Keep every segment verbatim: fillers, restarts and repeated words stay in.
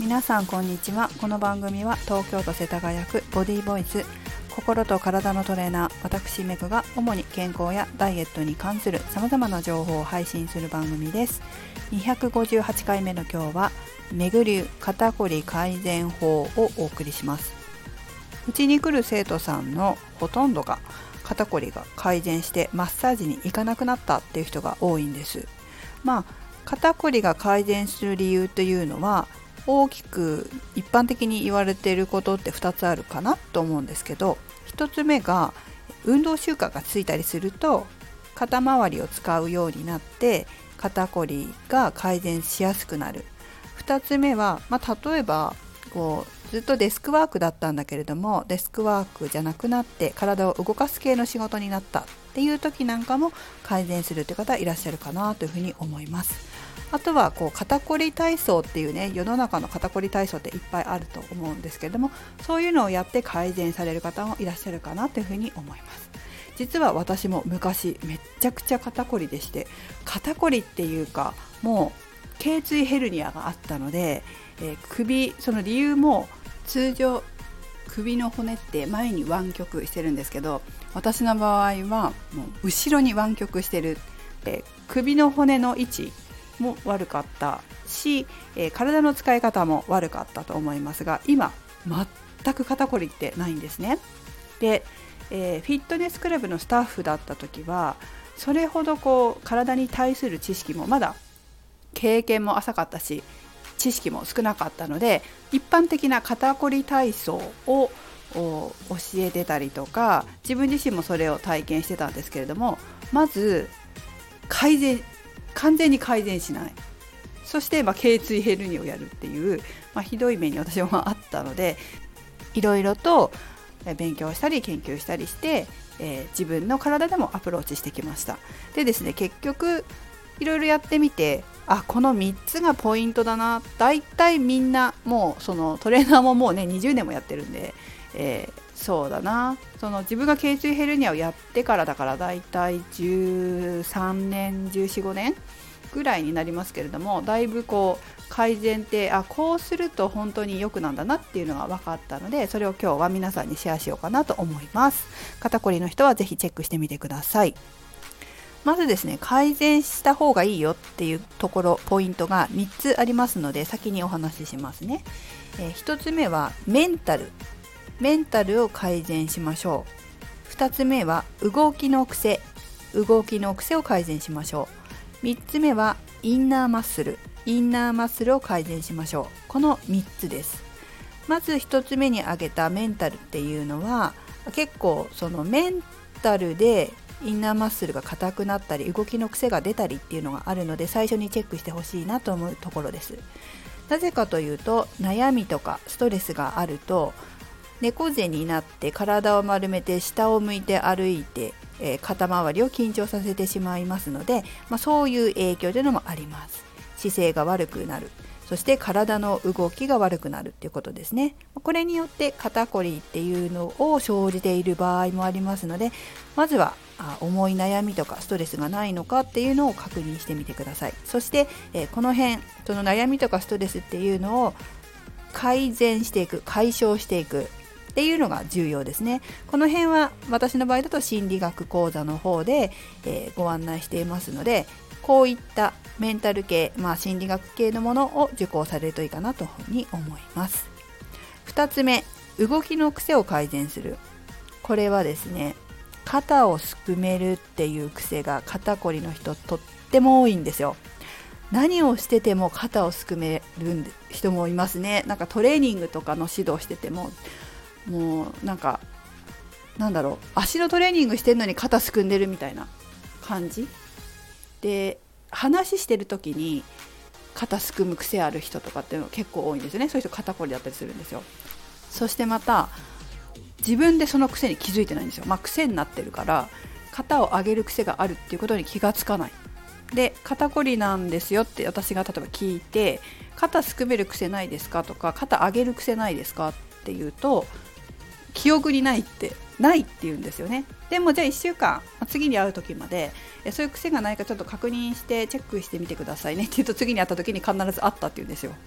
皆さんこんにちは。この番組は東京都世田谷区ボディボイス心と体のトレーナー私メグが主に健康やダイエットに関するさまざまな情報を配信する番組です。にひゃくごじゅうはちかいめの今日はメグ流肩こり改善法をお送りします。うちに来る生徒さんのほとんどが肩こりが改善してマッサージに行かなくなったっていう人が多いんです。まあ肩こりが改善する理由というのは大きく一般的に言われていることってふたつあるかなと思うんですけど、ひとつめが運動習慣がついたりすると肩周りを使うようになって肩こりが改善しやすくなる。ふたつめは、まあ、例えばこうずっとデスクワークだったんだけれどもデスクワークじゃなくなって体を動かす系の仕事になったっていう時なんかも改善するという方いらっしゃるかなというふうに思います。あとはこう肩こり体操っていうね、世の中の肩こり体操っていっぱいあると思うんですけれども、そういうのをやって改善される方もいらっしゃるかなというふうに思います。実は私も昔めっちゃくちゃ肩こりでして、肩こりっていうかもう頸椎ヘルニアがあったので、えー、首その理由も通常首の骨って前に湾曲してるんですけど、私の場合はもう後ろに湾曲してる。で首の骨の位置も悪かったし、えー、体の使い方も悪かったと思いますが、今全く肩こりってないんですね。で、えー、フィットネスクラブのスタッフだった時はそれほどこう体に対する知識もまだ経験も浅かったし知識も少なかったので、一般的な肩こり体操を教えてたりとか自分自身もそれを体験してたんですけれども、まず改善完全に改善しない、そしてまあ頸椎ヘルニアをやるっていう、まあ、ひどい目に私もあったので、いろいろと勉強したり研究したりして、えー、自分の体でもアプローチしてきました。でですね、結局いろいろやってみて、あ、このみっつがポイントだな。だいたいみんなもうそのトレーナーももうねにじゅうねんもやってるんで、えー、そうだな、その自分が頸椎ヘルニアをやってからだからだいたいじゅうさんねんじゅうよん、ごねんぐらいになりますけれども、だいぶこう改善ってあこうすると本当に良くなんだなっていうのが分かったので、それを今日は皆さんにシェアしようかなと思います。肩こりの人はぜひチェックしてみてください。まずですね、改善した方がいいよっていうところポイントがみっつありますので先にお話ししますね。えー、ひとつめはメンタルメンタルを改善しましょう。ふたつめは動きの癖動きの癖を改善しましょう。みっつめはインナーマッスルインナーマッスルを改善しましょう。このみっつです。まずひとつめに挙げたメンタルっていうのは結構そのメンタルでインナーマッスルが硬くなったり動きの癖が出たりっていうのがあるので、最初にチェックしてほしいなと思うところです。なぜかというと、悩みとかストレスがあると猫背になって体を丸めて下を向いて歩いて、えー、肩周りを緊張させてしまいますので、まあ、そういう影響というのもあります。姿勢が悪くなる、そして体の動きが悪くなるということですね。これによって肩こりっていうのを生じている場合もありますので、まずは重い悩みとかストレスがないのかっていうのを確認してみてください。そして、えー、この辺その悩みとかストレスっていうのを改善していく解消していくっていうのが重要ですね。この辺は私の場合だと心理学講座の方で、えー、ご案内していますので、こういったメンタル系、まあ、心理学系のものを受講されるといいかなというふうに思います。ふたつめ、動きの癖を改善する。これはですね、肩をすくめるっていう癖が肩こりの人とっても多いんですよ。何をしてても肩をすくめる人もいますね。なんかトレーニングとかの指導しててももうなんかなんだろう足のトレーニングしてるのに肩すくんでるみたいな感じで、話してる時に肩すくむ癖ある人とかっていうの結構多いんですよね。そういう人肩こりだったりするんですよ。そしてまた自分でその癖に気づいてないんですよ。まあ癖になってるから肩を上げる癖があるっていうことに気がつかない。で肩こりなんですよって私が例えば聞いて、肩すくめる癖ないですかとか肩上げる癖ないですかっていうと、記憶にないってないって言うんですよね。でもじゃあいっしゅうかん次に会う時までそういう癖がないかちょっと確認してチェックしてみてくださいねって言うと、次に会った時に必ずあったって言うんですよ。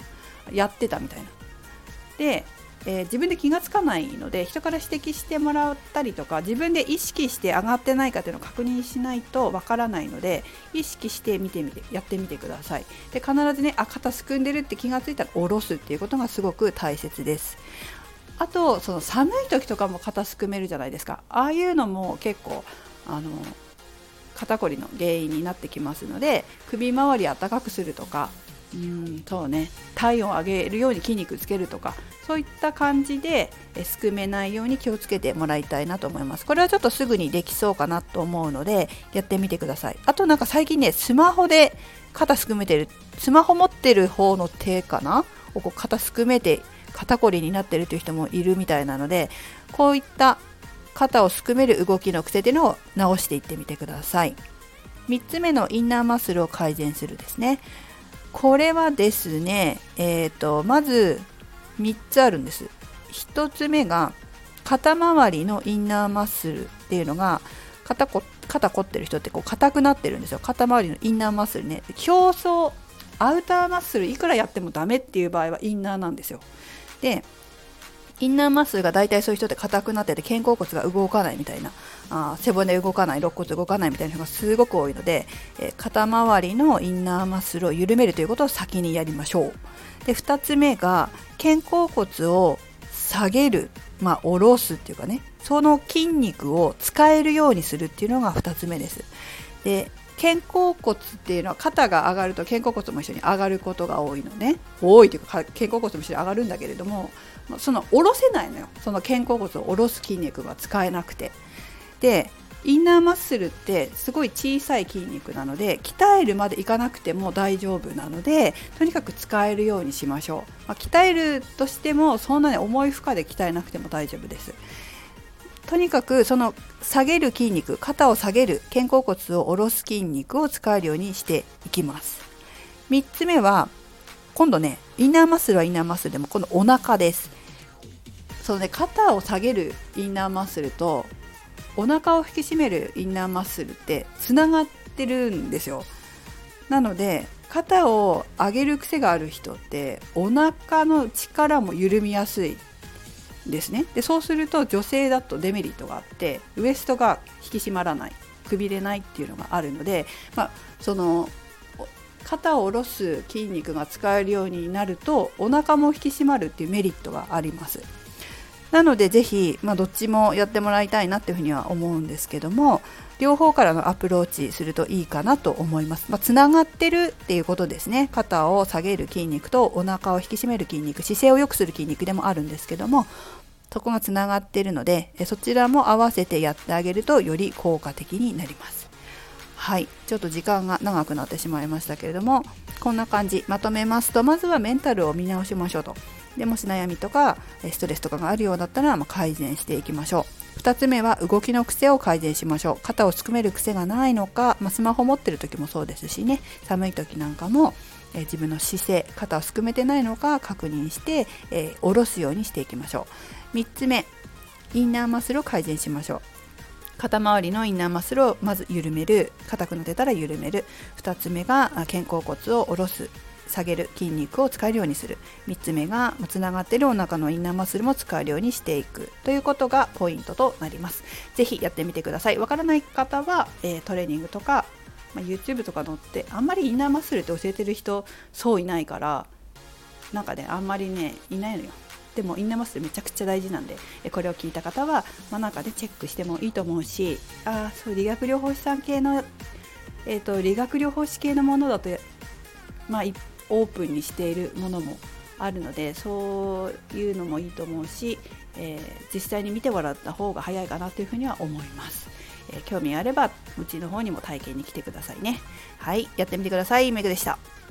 やってたみたいな。で、えー、自分で気がつかないので人から指摘してもらったりとか自分で意識して上がってないかっていうのを確認しないとわからないので、意識して見てみてやってみてください。で必ずね、あ肩すくんでるって気がついたら下ろすっていうことがすごく大切です。あとその寒い時とかも肩すくめるじゃないですか。ああいうのも結構あの肩こりの原因になってきますので、首周り暖かくするとか、うんそうね、体温を上げるように筋肉つけるとか、そういった感じですくめないように気をつけてもらいたいなと思います。これはちょっとすぐにできそうかなと思うのでやってみてください。あとなんか最近ね、スマホで肩すくめてる、スマホ持ってる方の手かなをこう肩すくめて肩こりになってるという人もいるみたいなので、こういった肩をすくめる動きの癖というのを直していってみてください。みっつめのインナーマッスルを改善するですね。これはですね、えーと、まずみっつあるんです。ひとつめが肩周りのインナーマッスルっていうのが、肩こ肩凝ってる人ってこう硬くなってるんですよ。肩周りのインナーマッスルね。表層アウターマッスルいくらやってもダメっていう場合はインナーなんですよ。でインナーマッスルがだいたいそういう人って硬くなってて肩甲骨が動かないみたいな、あ背骨動かない、肋骨動かないみたいな人がすごく多いので、えー、肩周りのインナーマッスルを緩めるということを先にやりましょう。でふたつめが肩甲骨を下げる、まあ下ろすっていうかね、その筋肉を使えるようにするっていうのがふたつめです。で肩甲骨っていうのは肩が上がると肩甲骨も一緒に上がることが多いのね。多いというか肩甲骨も一緒に上がるんだけれども、その下ろせないのよ。その肩甲骨を下ろす筋肉が使えなくて。でインナーマッスルってすごい小さい筋肉なので鍛えるまでいかなくても大丈夫なので、とにかく使えるようにしましょう。まあ、鍛えるとしてもそんなに重い負荷で鍛えなくても大丈夫です。とにかくその下げる筋肉、肩を下げる肩甲骨を下ろす筋肉を使えるようにしていきます。みっつめは今度ね、インナーマッスルはインナーマッスルでも今度お腹です。そのね、肩を下げるインナーマッスルとお腹を引き締めるインナーマッスルってつながってるんですよ。なので肩を上げる癖がある人ってお腹の力も緩みやすいですね。でそうすると女性だとデメリットがあって、ウエストが引き締まらない、くびれないっていうのがあるので、まあ、その肩を下ろす筋肉が使えるようになるとお腹も引き締まるっていうメリットがあります。なのでぜひ、まあ、どっちもやってもらいたいなっていうふうには思うんですけども、両方からのアプローチするといいかなと思います。まあ、つながってるっていうことですね。肩を下げる筋肉とお腹を引き締める筋肉、姿勢を良くする筋肉でもあるんですけども、そこがつながっているのでそちらも合わせてやってあげるとより効果的になります。はい、ちょっと時間が長くなってしまいましたけれども、こんな感じまとめますと、まずはメンタルを見直しましょうと。でもし悩みとかストレスとかがあるようだったら、まあ、改善していきましょう。ふたつめは動きの癖を改善しましょう。肩をすくめる癖がないのか、まあ、スマホ持ってる時もそうですしね、寒い時なんかも、えー、自分の姿勢、肩をすくめてないのか確認して、えー、下ろすようにしていきましょう。みっつめ、インナーマッスルを改善しましょう。肩周りのインナーマッスルをまず緩める、硬くなってたら緩める。ふたつめが肩甲骨を下ろす、下げる筋肉を使えるようにする。みっつめがつながっているお腹のインナーマッスルも使えるようにしていくということがポイントとなります。ぜひやってみてください。わからない方は、えー、トレーニングとか、まあ、YouTube とか載ってあんまりインナーマッスルって教えてる人そういないから、なんかねあんまりねいないのよ。でもインナーマッスルめちゃくちゃ大事なんで、これを聞いた方は、まあ、なんかで、ね、チェックしてもいいと思うし、あそう理学療法士さん系の、えーと、理学療法士系のものだと、まあ、オープンにしているものもあるので、そういうのもいいと思うし、えー、実際に見てもらった方が早いかなというふうには思います。えー、興味あればうちの方にも体験に来てくださいね。はい、やってみてください。めぐでした。